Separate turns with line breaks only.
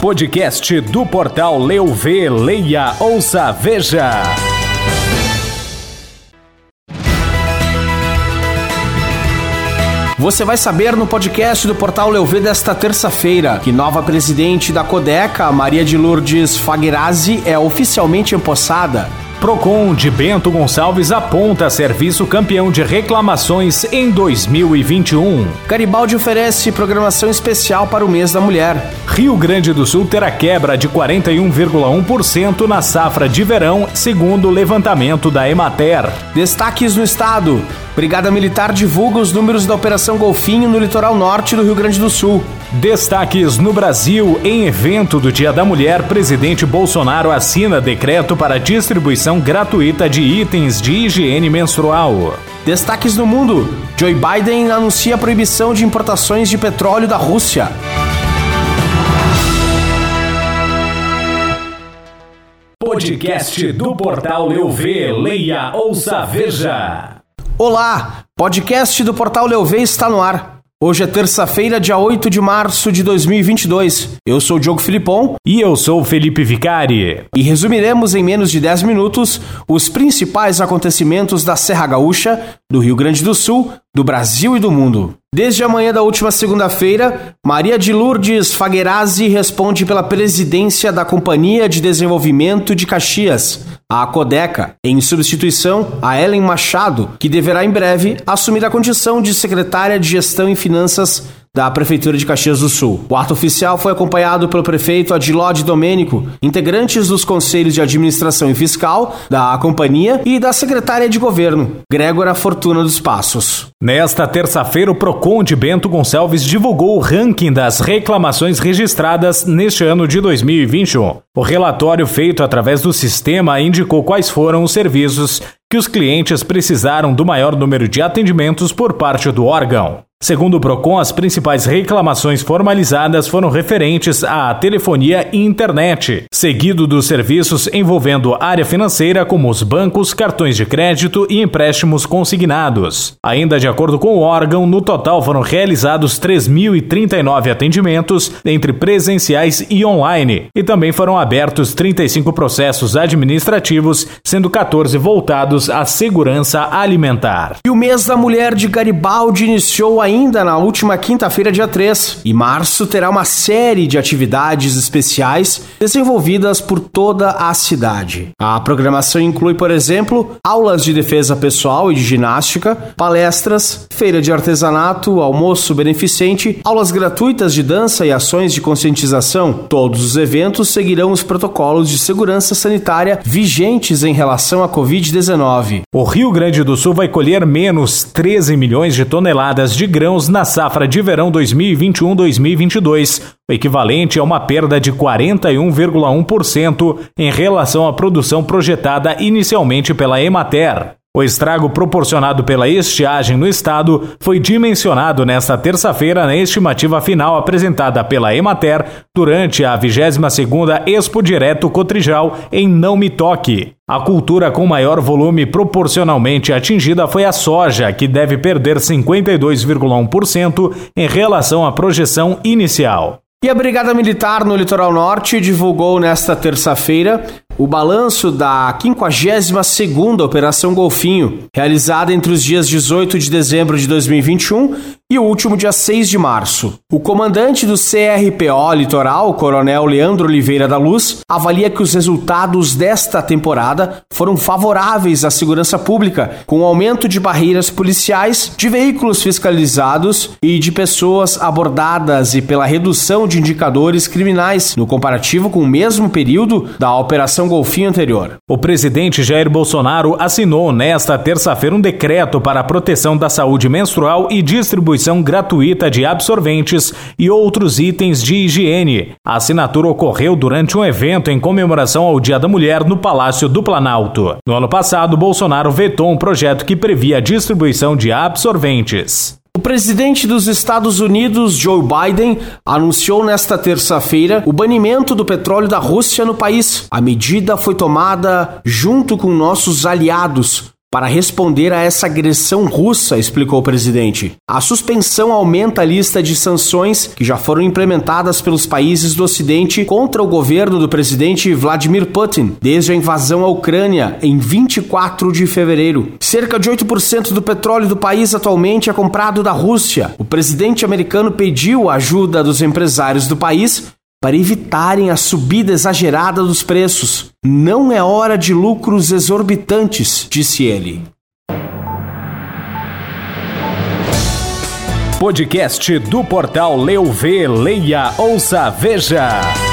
Podcast do portal Leu Vê, Leia, Ouça, Veja.
Você vai saber no podcast do portal Leu Vê desta terça-feira que nova presidente da Codeca, Maria de Lourdes Fagherazzi, é oficialmente empossada.
Procon de Bento Gonçalves aponta serviço campeão de reclamações em 2021.
Garibaldi oferece programação especial para o mês da mulher.
Rio Grande do Sul terá quebra de 41,1% na safra de verão, segundo o levantamento da Emater.
Destaques no estado. Brigada Militar divulga os números da Operação Golfinho no litoral norte do Rio Grande do Sul.
Destaques no Brasil. Em evento do Dia da Mulher, presidente Bolsonaro assina decreto para distribuição gratuita de itens de higiene menstrual.
Destaques no mundo. Joe Biden anuncia a proibição de importações de petróleo da Rússia.
Podcast do portal Leu Vê, Leia, Ouça, Veja.
Olá, podcast do portal Leu Vê está no ar. Hoje é terça-feira, dia 8 de março de 2022. Eu sou o Diogo Filipon.
E eu sou o Felipe Vicari.
E resumiremos em menos de 10 minutos os principais acontecimentos da Serra Gaúcha, do Rio Grande do Sul, do Brasil e do mundo. Desde a manhã da última segunda-feira, Maria de Lourdes Fagherazzi responde pela presidência da Companhia de Desenvolvimento de Caxias, a Codeca, em substituição a Ellen Machado, que deverá em breve assumir a condição de secretária de Gestão e Finanças da Prefeitura de Caxias do Sul. O ato oficial foi acompanhado pelo prefeito Adilode Domênico, integrantes dos Conselhos de Administração e Fiscal da companhia e da secretária de Governo, Grégora Fortuna dos Passos.
Nesta terça-feira, o Procon de Bento Gonçalves divulgou o ranking das reclamações registradas neste ano de 2021. O relatório feito através do sistema indicou quais foram os serviços que os clientes precisaram do maior número de atendimentos por parte do órgão. Segundo o Procon, as principais reclamações formalizadas foram referentes à telefonia e internet, seguido dos serviços envolvendo área financeira como os bancos, cartões de crédito e empréstimos consignados. Ainda de acordo com o órgão, no total foram realizados 3.039 atendimentos entre presenciais e online, e também foram abertos 35 processos administrativos, sendo 14 voltados à segurança alimentar.
E o mês da mulher de Garibaldi iniciou ainda na última quinta-feira, dia 3, e março terá uma série de atividades especiais desenvolvidas por toda a cidade. A programação inclui, por exemplo, aulas de defesa pessoal e de ginástica, palestras, feira de artesanato, almoço beneficente, aulas gratuitas de dança e ações de conscientização. Todos os eventos seguirão os protocolos de segurança sanitária vigentes em relação à Covid-19.
O Rio Grande do Sul vai colher menos 13 milhões de toneladas de grãos na safra de verão 2021-2022, o equivalente a uma perda de 41,1% em relação à produção projetada inicialmente pela Emater. O estrago proporcionado pela estiagem no estado foi dimensionado nesta terça-feira na estimativa final apresentada pela Emater durante a 22ª Expo Direto Cotrijal em Não Me Toque. A cultura com maior volume proporcionalmente atingida foi a soja, que deve perder 52,1% em relação à projeção inicial.
E a Brigada Militar no Litoral Norte divulgou nesta terça-feira o balanço da 52ª Operação Golfinho, realizada entre os dias 18 de dezembro de 2021 e o último dia 6 de março. O comandante do CRPO Litoral, o Coronel Leandro Oliveira da Luz, avalia que os resultados desta temporada foram favoráveis à segurança pública, com o aumento de barreiras policiais, de veículos fiscalizados e de pessoas abordadas e pela redução de indicadores criminais no comparativo com o mesmo período da Operação Golfinho anterior.
O presidente Jair Bolsonaro assinou nesta terça-feira um decreto para a proteção da saúde menstrual e distribuição gratuita de absorventes e outros itens de higiene. A assinatura ocorreu durante um evento em comemoração ao Dia da Mulher no Palácio do Planalto. No ano passado, Bolsonaro vetou um projeto que previa a distribuição de absorventes.
O presidente dos Estados Unidos, Joe Biden, anunciou nesta terça-feira o banimento do petróleo da Rússia no país. A medida foi tomada junto com nossos aliados, para responder a essa agressão russa, explicou o presidente. A suspensão aumenta a lista de sanções que já foram implementadas pelos países do Ocidente contra o governo do presidente Vladimir Putin desde a invasão à Ucrânia em 24 de fevereiro. Cerca de 8% do petróleo do país atualmente é comprado da Rússia. O presidente americano pediu a ajuda dos empresários do país para evitarem a subida exagerada dos preços. Não é hora de lucros exorbitantes, disse ele.
Podcast do portal Leu Vê, Leia, Ouça, Veja.